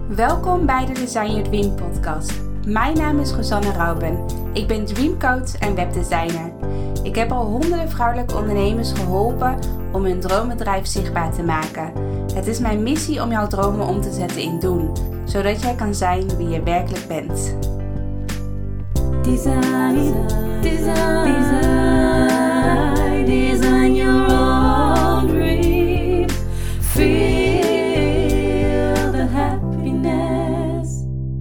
Welkom bij de Design Your Dream podcast. Mijn naam is Rosanne Rauben. Ik ben dreamcoach en webdesigner. Ik heb al honderden vrouwelijke ondernemers geholpen om hun droombedrijf zichtbaar te maken. Het is mijn missie om jouw dromen om te zetten in doen, zodat jij kan zijn wie je werkelijk bent. Design your own dream. Feel the happiness.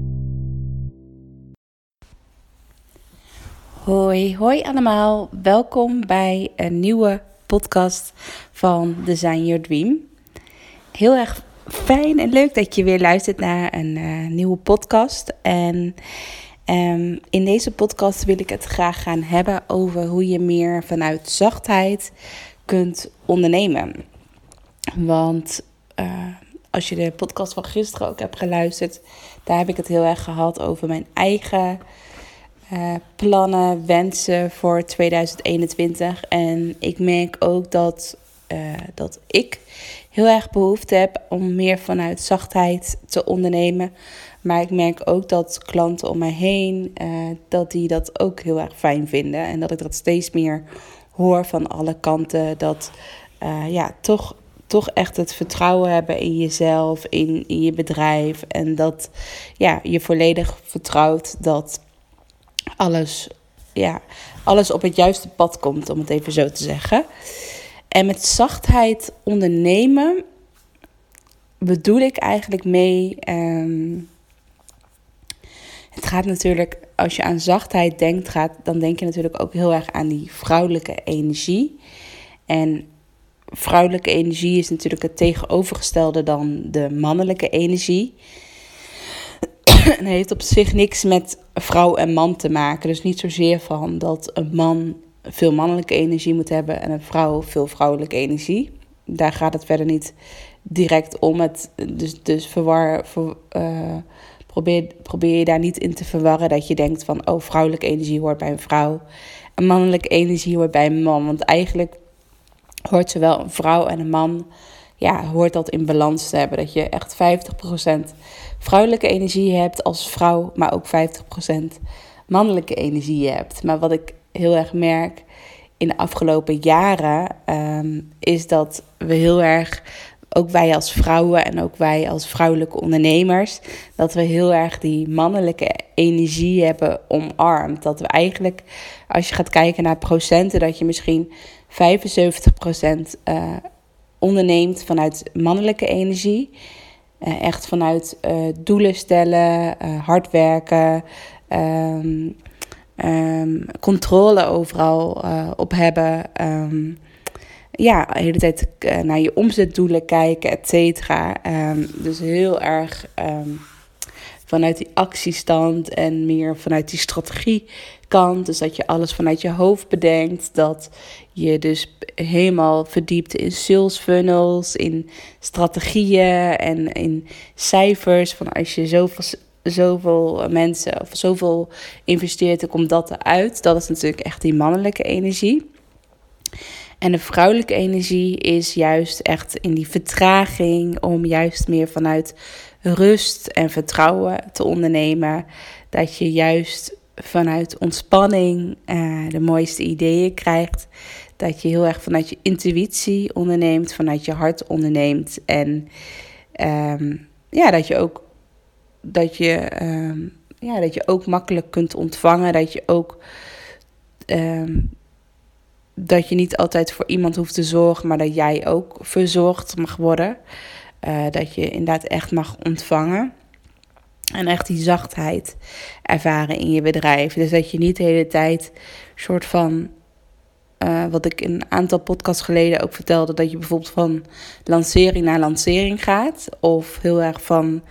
Hoi allemaal. Welkom bij een nieuwe podcast van Design Your Dream. Heel erg fijn en leuk dat je weer luistert naar een nieuwe podcast. En in deze podcast wil ik het graag gaan hebben over hoe je meer vanuit zachtheid kunt ondernemen. Want als je de podcast van gisteren ook hebt geluisterd, daar heb ik het heel erg gehad over mijn eigen plannen, wensen voor 2021. En ik merk ook dat ik heel erg behoefte heb om meer vanuit zachtheid te ondernemen. Maar ik merk ook dat klanten om mij heen, dat die dat ook heel erg fijn vinden. En dat ik dat steeds meer hoor van alle kanten. Dat toch echt het vertrouwen hebben in jezelf, in je bedrijf. En dat je volledig vertrouwt dat alles op het juiste pad komt, om het even zo te zeggen. En met zachtheid ondernemen bedoel ik eigenlijk mee. Het gaat natuurlijk, als je aan zachtheid denkt, dan denk je natuurlijk ook heel erg aan die vrouwelijke energie. En vrouwelijke energie is natuurlijk het tegenovergestelde dan de mannelijke energie. En heeft op zich niks met vrouw en man te maken. Dus niet zozeer van dat een man veel mannelijke energie moet hebben en een vrouw veel vrouwelijke energie. Daar gaat het verder niet direct om. Probeer je daar niet in te verwarren dat je denkt van vrouwelijke energie hoort bij een vrouw en mannelijke energie hoort bij een man. Want eigenlijk hoort zowel een vrouw en een man, hoort dat in balans te hebben. Dat je echt 50% vrouwelijke energie hebt als vrouw, maar ook 50% mannelijke energie hebt. Maar wat ik heel erg merk in de afgelopen jaren is dat we heel erg, ook wij als vrouwen en ook wij als vrouwelijke ondernemers, dat we heel erg die mannelijke energie hebben omarmd. Dat we eigenlijk, als je gaat kijken naar procenten, dat je misschien 75% onderneemt vanuit mannelijke energie. Echt vanuit doelen stellen, hard werken, controle overal op hebben. De hele tijd naar je omzetdoelen kijken, et cetera. Dus heel erg vanuit die actiestand en meer vanuit die strategiekant. Dus dat je alles vanuit je hoofd bedenkt. Dat je dus helemaal verdiept in sales funnels, in strategieën en in cijfers. Van als je zoveel mensen of zoveel investeert, dan komt dat eruit. Dat is natuurlijk echt die mannelijke energie. En de vrouwelijke energie is juist echt in die vertraging, om juist meer vanuit rust en vertrouwen te ondernemen. Dat je juist vanuit ontspanning de mooiste ideeën krijgt. Dat je heel erg vanuit je intuïtie onderneemt, vanuit je hart onderneemt. En dat je ook makkelijk kunt ontvangen. Dat je niet altijd voor iemand hoeft te zorgen, maar dat jij ook verzorgd mag worden. Dat je inderdaad echt mag ontvangen. En echt die zachtheid ervaren in je bedrijf. Dus dat je niet de hele tijd soort van, wat ik een aantal podcasts geleden ook vertelde, dat je bijvoorbeeld van lancering naar lancering gaat. Of heel erg van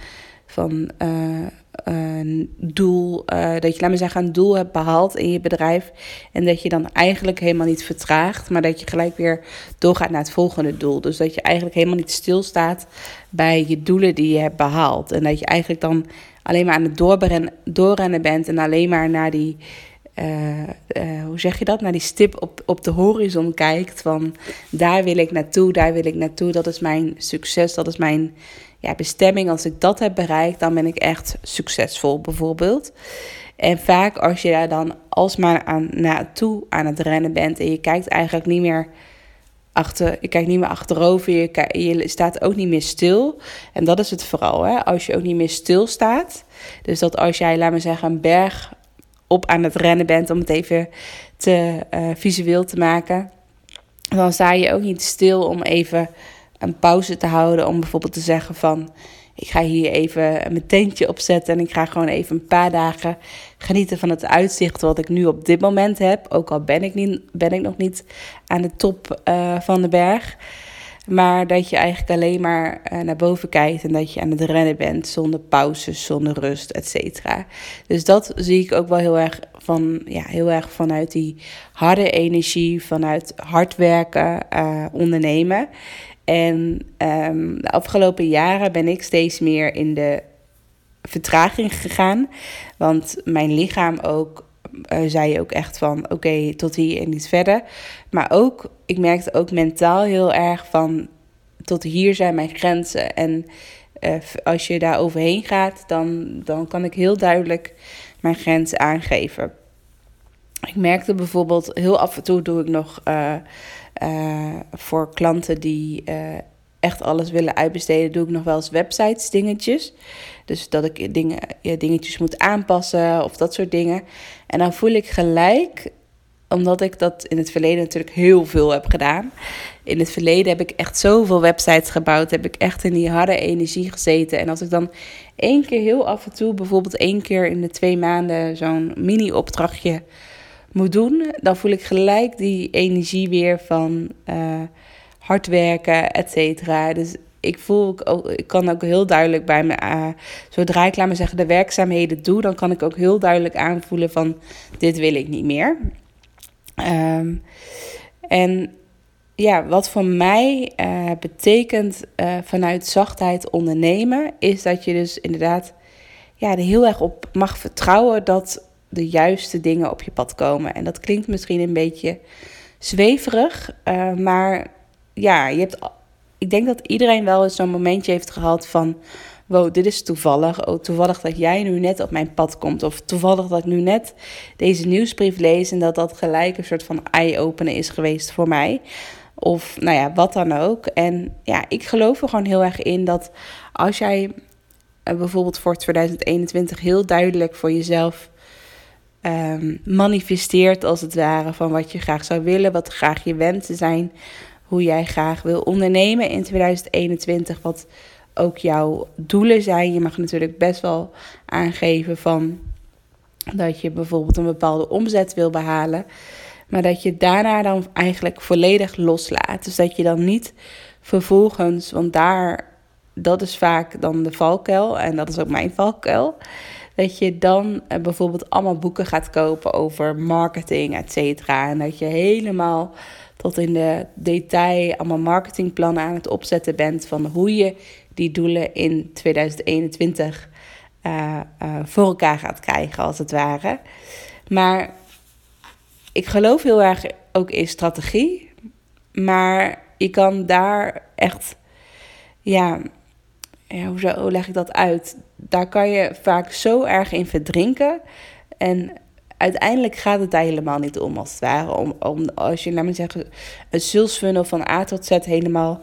doel, dat je, laat maar zeggen, een doel hebt behaald in je bedrijf. En dat je dan eigenlijk helemaal niet vertraagt, maar dat je gelijk weer doorgaat naar het volgende doel. Dus dat je eigenlijk helemaal niet stilstaat bij je doelen die je hebt behaald. En dat je eigenlijk dan alleen maar aan het doorrennen bent en alleen maar naar die hoe zeg je dat? Naar die stip op de horizon kijkt van daar wil ik naartoe, daar wil ik naartoe. Dat is mijn succes, dat is mijn bestemming. Als ik dat heb bereikt, dan ben ik echt succesvol bijvoorbeeld. En vaak als je daar dan alsmaar naartoe aan het rennen bent en je kijkt eigenlijk niet meer achterover, je staat ook niet meer stil. En dat is het vooral, hè? Als je ook niet meer stilstaat. Dus dat als jij, laat maar zeggen, een berg op aan het rennen bent, om het even visueel te maken, dan sta je ook niet stil om even een pauze te houden, om bijvoorbeeld te zeggen van, ik ga hier even mijn tentje opzetten en ik ga gewoon even een paar dagen genieten van het uitzicht wat ik nu op dit moment heb. Ook al ben ik nog niet aan de top van de berg. Maar dat je eigenlijk alleen maar naar boven kijkt en dat je aan het rennen bent zonder pauzes, zonder rust, et cetera. Dus dat zie ik ook wel heel erg vanuit die harde energie, vanuit hard werken, ondernemen. En de afgelopen jaren ben ik steeds meer in de vertraging gegaan. Want mijn lichaam ook zei ook echt van oké, tot hier en niet verder. Maar ook, ik merkte ook mentaal heel erg van tot hier zijn mijn grenzen. En als je daar overheen gaat, dan kan ik heel duidelijk mijn grenzen aangeven. Ik merkte bijvoorbeeld, heel af en toe doe ik nog voor klanten die echt alles willen uitbesteden, doe ik nog wel eens websites dingetjes. Dus dat ik dingetjes moet aanpassen of dat soort dingen. En dan voel ik gelijk, omdat ik dat in het verleden natuurlijk heel veel heb gedaan. In het verleden heb ik echt zoveel websites gebouwd. Heb ik echt in die harde energie gezeten. En als ik dan één keer heel af en toe, bijvoorbeeld 1 keer in de 2 maanden, zo'n mini-opdrachtje moet doen, dan voel ik gelijk die energie weer van hard werken, et cetera. Dus ik kan ook heel duidelijk bij me, zodra ik, laat maar zeggen, de werkzaamheden doe, dan kan ik ook heel duidelijk aanvoelen van dit wil ik niet meer. En ja, wat voor mij betekent vanuit zachtheid ondernemen, is dat je dus inderdaad er heel erg op mag vertrouwen dat de juiste dingen op je pad komen. En dat klinkt misschien een beetje zweverig, maar ja, ik denk dat iedereen wel eens zo'n momentje heeft gehad van, wow, dit is toevallig. Oh, toevallig dat jij nu net op mijn pad komt. Of toevallig dat ik nu net deze nieuwsbrief lees en dat gelijk een soort van eye-opener is geweest voor mij. Of nou ja, wat dan ook. En ja, ik geloof er gewoon heel erg in dat als jij bijvoorbeeld voor 2021 heel duidelijk voor jezelf manifesteert als het ware van wat je graag zou willen, wat graag je wensen zijn, hoe jij graag wil ondernemen in 2021, wat ook jouw doelen zijn. Je mag natuurlijk best wel aangeven van dat je bijvoorbeeld een bepaalde omzet wil behalen, maar dat je daarna dan eigenlijk volledig loslaat. Dus dat je dan niet vervolgens, want dat is vaak dan de valkuil, en dat is ook mijn valkuil, dat je dan bijvoorbeeld allemaal boeken gaat kopen over marketing, et cetera. En dat je helemaal tot in de detail allemaal marketingplannen aan het opzetten bent van hoe je die doelen in 2021 voor elkaar gaat krijgen, als het ware. Maar ik geloof heel erg ook in strategie. Maar je kan daar echt, hoe leg ik dat uit? Daar kan je vaak zo erg in verdrinken. En uiteindelijk gaat het daar helemaal niet om, als het ware. Als je, laat maar zeggen, een sales funnel van A tot Z helemaal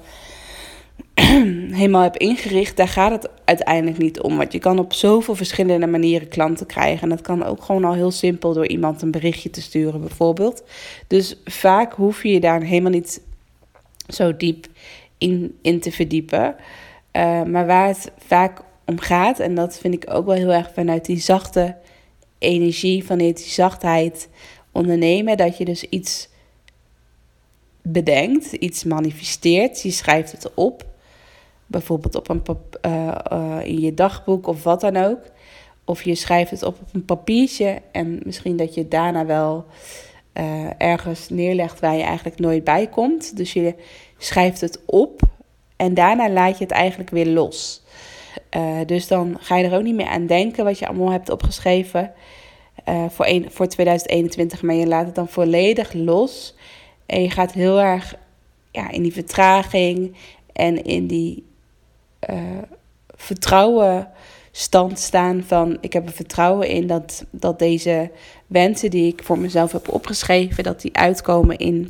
hebt ingericht, daar gaat het uiteindelijk niet om. Want je kan op zoveel verschillende manieren klanten krijgen. En dat kan ook gewoon al heel simpel door iemand een berichtje te sturen, bijvoorbeeld. Dus vaak hoef je je daar helemaal niet zo diep in te verdiepen. Maar waar het vaak om gaat, en dat vind ik ook wel heel erg vanuit die zachte energie, vanuit die zachtheid ondernemen, dat je dus iets bedenkt, iets manifesteert, je schrijft het op, bijvoorbeeld op in je dagboek of wat dan ook, of je schrijft het op een papiertje en misschien dat je daarna wel ergens neerlegt waar je eigenlijk nooit bij komt. Dus je schrijft het op en daarna laat je het eigenlijk weer los. Dus dan ga je er ook niet meer aan denken wat je allemaal hebt opgeschreven. voor 2021. Maar je laat het dan volledig los. En je gaat heel erg in die vertraging en in die vertrouwen stand staan van ik heb er vertrouwen in dat deze wensen die ik voor mezelf heb opgeschreven, dat die uitkomen in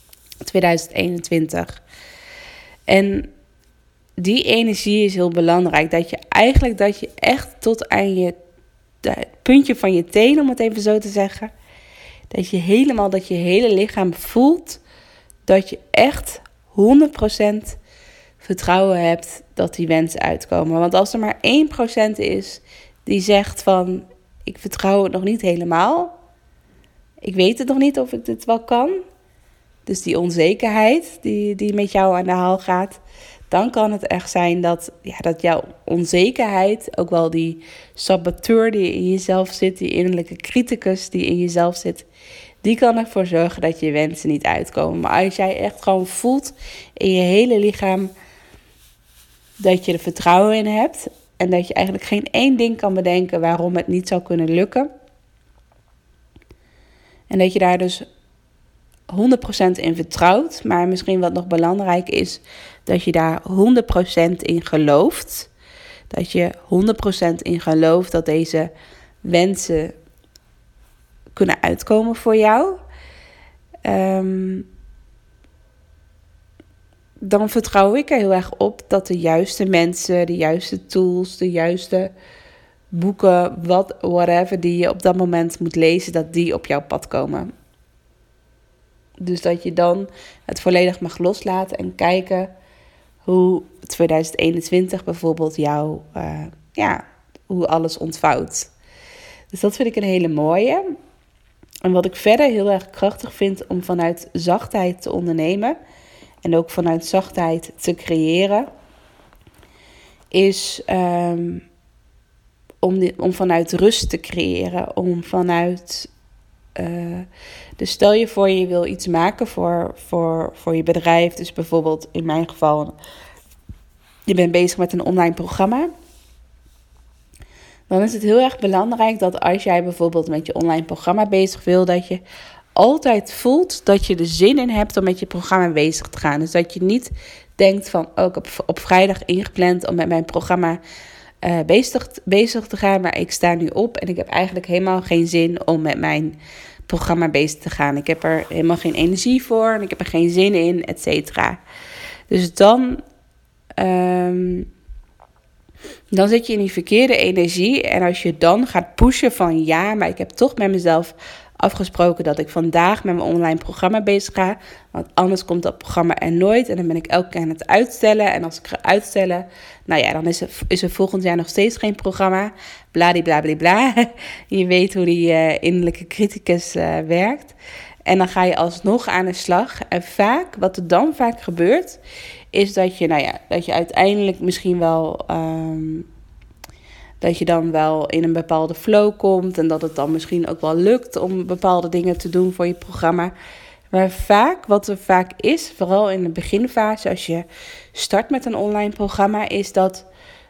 2021. En die energie is heel belangrijk. Dat je echt tot aan het puntje van je teen, om het even zo te zeggen, dat je hele lichaam voelt dat je echt 100% vertrouwen hebt dat die wensen uitkomen. Want als er maar 1% is die zegt van ik vertrouw het nog niet helemaal. Ik weet het nog niet of ik dit wel kan. Dus die onzekerheid die met jou aan de haal gaat. Dan kan het echt zijn dat jouw onzekerheid, ook wel die saboteur die in jezelf zit, die innerlijke criticus die in jezelf zit, die kan ervoor zorgen dat je wensen niet uitkomen. Maar als jij echt gewoon voelt in je hele lichaam dat je er vertrouwen in hebt en dat je eigenlijk geen één ding kan bedenken waarom het niet zou kunnen lukken. En dat je daar dus 100% in vertrouwt. Maar misschien wat nog belangrijk is, dat je daar 100% in gelooft. Dat je 100% in gelooft dat deze wensen kunnen uitkomen voor jou. Dan vertrouw ik er heel erg op dat de juiste mensen, de juiste tools, de juiste boeken, whatever die je op dat moment moet lezen, dat die op jouw pad komen. Dus dat je dan het volledig mag loslaten en kijken hoe 2021 bijvoorbeeld jou, hoe alles ontvouwt. Dus dat vind ik een hele mooie. En wat ik verder heel erg krachtig vind om vanuit zachtheid te ondernemen en ook vanuit zachtheid te creëren, is om vanuit rust te creëren, om vanuit dus stel je voor je wil iets maken voor je bedrijf. Dus bijvoorbeeld in mijn geval, je bent bezig met een online programma. Dan is het heel erg belangrijk dat als jij bijvoorbeeld met je online programma bezig wil, dat je altijd voelt dat je er zin in hebt om met je programma bezig te gaan. Dus dat je niet denkt van, ik heb op vrijdag ingepland om met mijn programma bezig te gaan, maar ik sta nu op en ik heb eigenlijk helemaal geen zin om met mijn programma bezig te gaan. Ik heb er helemaal geen energie voor en ik heb er geen zin in, et cetera. Dus dan zit je in die verkeerde energie. En als je dan gaat pushen van maar ik heb toch met mezelf afgesproken dat ik vandaag met mijn online programma bezig ga. Want anders komt dat programma er nooit. En dan ben ik elke keer aan het uitstellen. En als ik ga uitstellen, dan is er volgend jaar nog steeds geen programma. Bladibladibla. Je weet hoe die innerlijke criticus werkt. En dan ga je alsnog aan de slag. En wat er dan vaak gebeurt, is dat je uiteindelijk misschien wel dat je dan wel in een bepaalde flow komt en dat het dan misschien ook wel lukt om bepaalde dingen te doen voor je programma. Maar wat er vaak is, vooral in de beginfase als je start met een online programma, is dat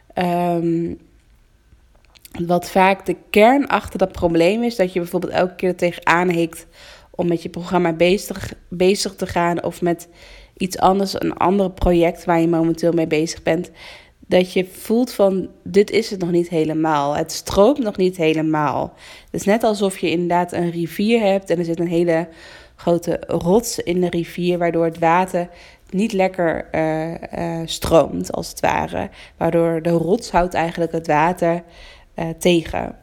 wat vaak de kern achter dat probleem is, dat je bijvoorbeeld elke keer er tegenaan hikt om met je programma bezig te gaan of met iets anders, een ander project waar je momenteel mee bezig bent, dat je voelt van, dit is het nog niet helemaal. Het stroomt nog niet helemaal. Het is net alsof je inderdaad een rivier hebt en er zit een hele grote rots in de rivier, waardoor het water niet lekker stroomt, als het ware. Waardoor de rots houdt eigenlijk het water tegen.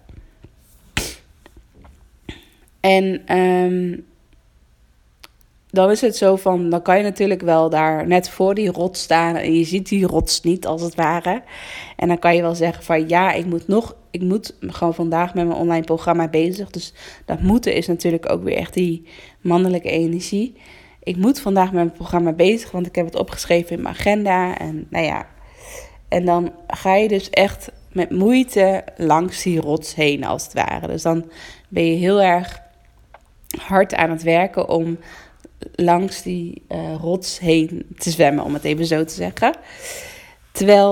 En dan is het zo van, dan kan je natuurlijk wel daar net voor die rots staan en je ziet die rots niet, als het ware. En dan kan je wel zeggen van, ik moet gewoon vandaag met mijn online programma bezig. Dus dat moeten is natuurlijk ook weer echt die mannelijke energie. Ik moet vandaag met mijn programma bezig, want ik heb het opgeschreven in mijn agenda. En dan ga je dus echt met moeite langs die rots heen, als het ware. Dus dan ben je heel erg hard aan het werken om langs die rots heen te zwemmen, om het even zo te zeggen. Terwijl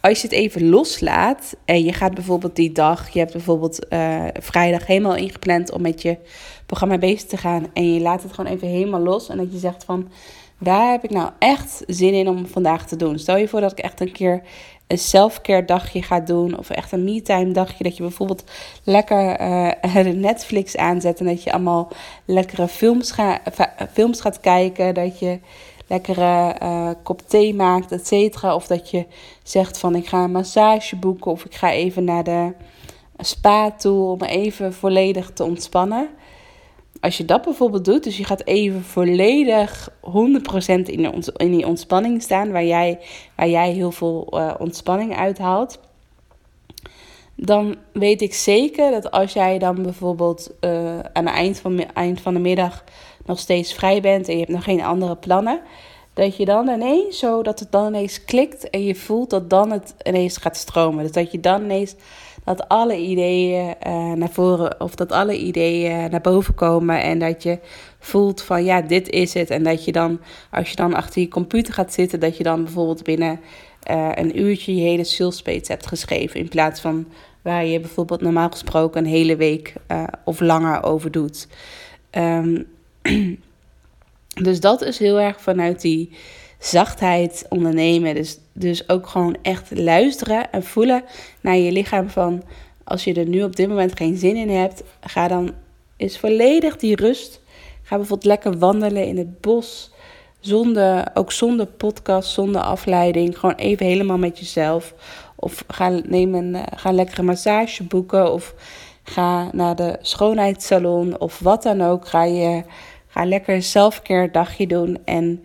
als je het even loslaat en je gaat bijvoorbeeld die dag, je hebt bijvoorbeeld vrijdag helemaal ingepland om met je programma bezig te gaan en je laat het gewoon even helemaal los en dat je zegt van, waar heb ik nou echt zin in om vandaag te doen? Stel je voor dat ik echt een keer een self-care dagje ga doen of echt een me-time dagje, dat je bijvoorbeeld lekker de Netflix aanzet en dat je allemaal lekkere films gaat kijken, dat je lekkere kop thee maakt, et cetera. Of dat je zegt van ik ga een massage boeken of ik ga even naar de spa toe om even volledig te ontspannen. Als je dat bijvoorbeeld doet, dus je gaat even volledig 100% in die ontspanning staan, waar jij heel veel ontspanning uithaalt, dan weet ik zeker dat als jij dan bijvoorbeeld aan het eind van de middag nog steeds vrij bent en je hebt nog geen andere plannen, dat je dan ineens dat het dan ineens klikt en je voelt dat dan het ineens gaat stromen. Dus dat je dan ineens dat alle ideeën naar voren of dat alle ideeën naar boven komen en dat je voelt van ja, dit is het. En dat je dan, als je dan achter je computer gaat zitten, dat je dan bijvoorbeeld binnen een uurtje je hele sales page hebt geschreven in plaats van waar je bijvoorbeeld normaal gesproken een hele week of langer over doet. Dus dat is heel erg vanuit die zachtheid ondernemen. Dus ook gewoon echt luisteren en voelen naar je lichaam van, als je er nu op dit moment geen zin in hebt, ga dan eens volledig die rust. Ga bijvoorbeeld lekker wandelen in het bos, zonder podcast, zonder afleiding. Gewoon even helemaal met jezelf. Of ga een lekkere massage boeken of ga naar de schoonheidssalon of wat dan ook. Ga lekker een self-care dagje doen en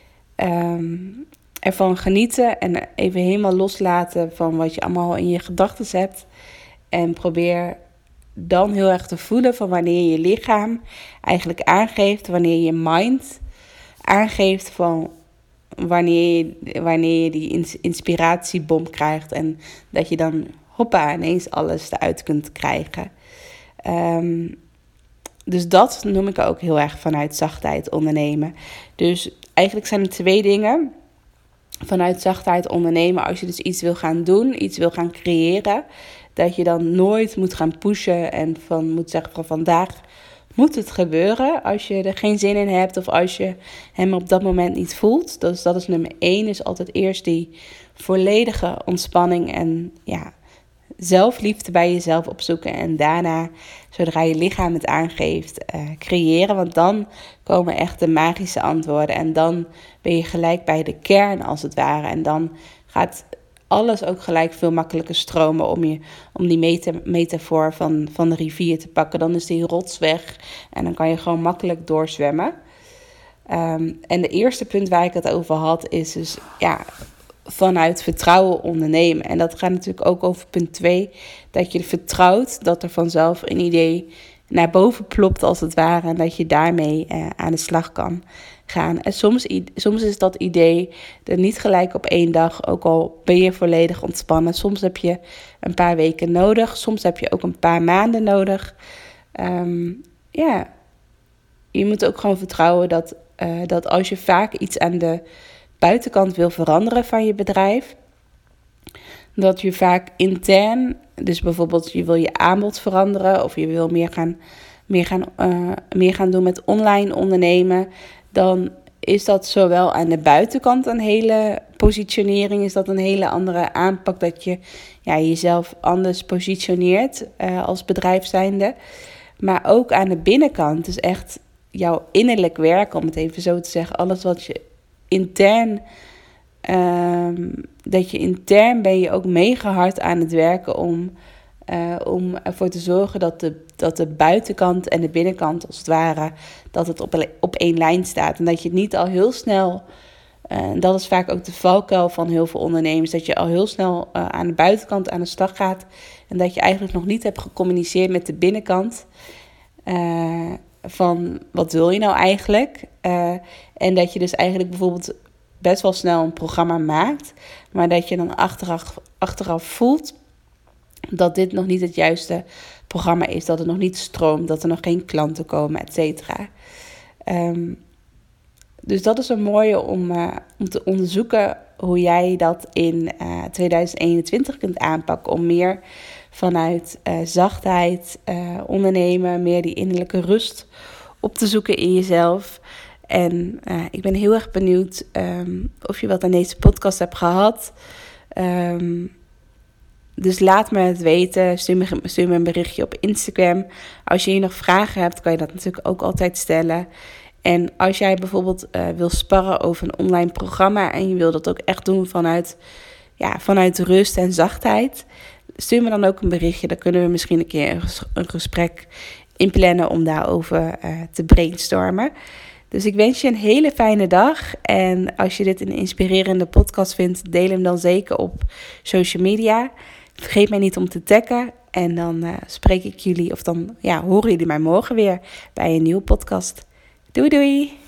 ervan genieten en even helemaal loslaten van wat je allemaal in je gedachten hebt. En probeer dan heel erg te voelen van wanneer je lichaam eigenlijk aangeeft, wanneer je mind aangeeft van wanneer je die inspiratiebom krijgt en dat je dan hoppa ineens alles eruit kunt krijgen. Dus dat noem ik ook heel erg vanuit zachtheid ondernemen. Dus eigenlijk zijn er 2 dingen vanuit zachtheid ondernemen. Als je dus iets wil gaan doen, iets wil gaan creëren, dat je dan nooit moet gaan pushen en moet zeggen van vandaag moet het gebeuren. Als je er geen zin in hebt of als je hem op dat moment niet voelt. Dus dat is nummer 1, is altijd eerst die volledige ontspanning en ja, zelfliefde bij jezelf opzoeken en daarna, zodra je lichaam het aangeeft, creëren. Want dan komen echt de magische antwoorden en dan ben je gelijk bij de kern als het ware. En dan gaat alles ook gelijk veel makkelijker stromen om die metafoor van de rivier te pakken. Dan is die rots weg en dan kan je gewoon makkelijk doorzwemmen. En de eerste punt waar ik het over had is dus ja, vanuit vertrouwen ondernemen. En dat gaat natuurlijk ook over punt 2. Dat je vertrouwt dat er vanzelf een idee naar boven plopt als het ware. En dat je daarmee aan de slag kan gaan. En soms is dat idee er niet gelijk op 1 dag. Ook al ben je volledig ontspannen. Soms heb je een paar weken nodig. Soms heb je ook een paar maanden nodig. Je moet ook gewoon vertrouwen dat als je vaak iets aan de buitenkant wil veranderen van je bedrijf, dat je vaak intern, dus bijvoorbeeld je wil je aanbod veranderen of je wil meer gaan doen met online ondernemen, dan is dat zowel aan de buitenkant een hele positionering, is dat een hele andere aanpak, dat je jezelf anders positioneert als bedrijf zijnde, maar ook aan de binnenkant, dus echt jouw innerlijk werk, om het even zo te zeggen, alles wat je intern, dat je intern ben je ook mega hard aan het werken om ervoor te zorgen dat de buitenkant en de binnenkant als het ware, dat het op 1 lijn staat. En dat je het niet al heel snel, dat is vaak ook de valkuil van heel veel ondernemers, dat je al heel snel aan de buitenkant aan de slag gaat en dat je eigenlijk nog niet hebt gecommuniceerd met de binnenkant van wat wil je nou eigenlijk? En dat je dus eigenlijk bijvoorbeeld best wel snel een programma maakt, maar dat je dan achteraf voelt dat dit nog niet het juiste programma is, dat het nog niet stroomt, dat er nog geen klanten komen, et cetera. Dus dat is een mooie om te onderzoeken hoe jij dat in 2021 kunt aanpakken. Om meer vanuit zachtheid ondernemen, meer die innerlijke rust op te zoeken in jezelf. En ik ben heel erg benieuwd of je wat aan deze podcast hebt gehad. Dus laat me het weten. Stuur me een berichtje op Instagram. Als je hier nog vragen hebt, kan je dat natuurlijk ook altijd stellen. En als jij bijvoorbeeld wil sparren over een online programma en je wil dat ook echt doen vanuit rust en zachtheid, stuur me dan ook een berichtje. Dan kunnen we misschien een keer een gesprek inplannen om daarover te brainstormen. Dus ik wens je een hele fijne dag. En als je dit een inspirerende podcast vindt, deel hem dan zeker op social media. Vergeet mij niet om te taggen. En dan spreek ik jullie, of dan horen jullie mij morgen weer bij een nieuwe podcast. Doei doei!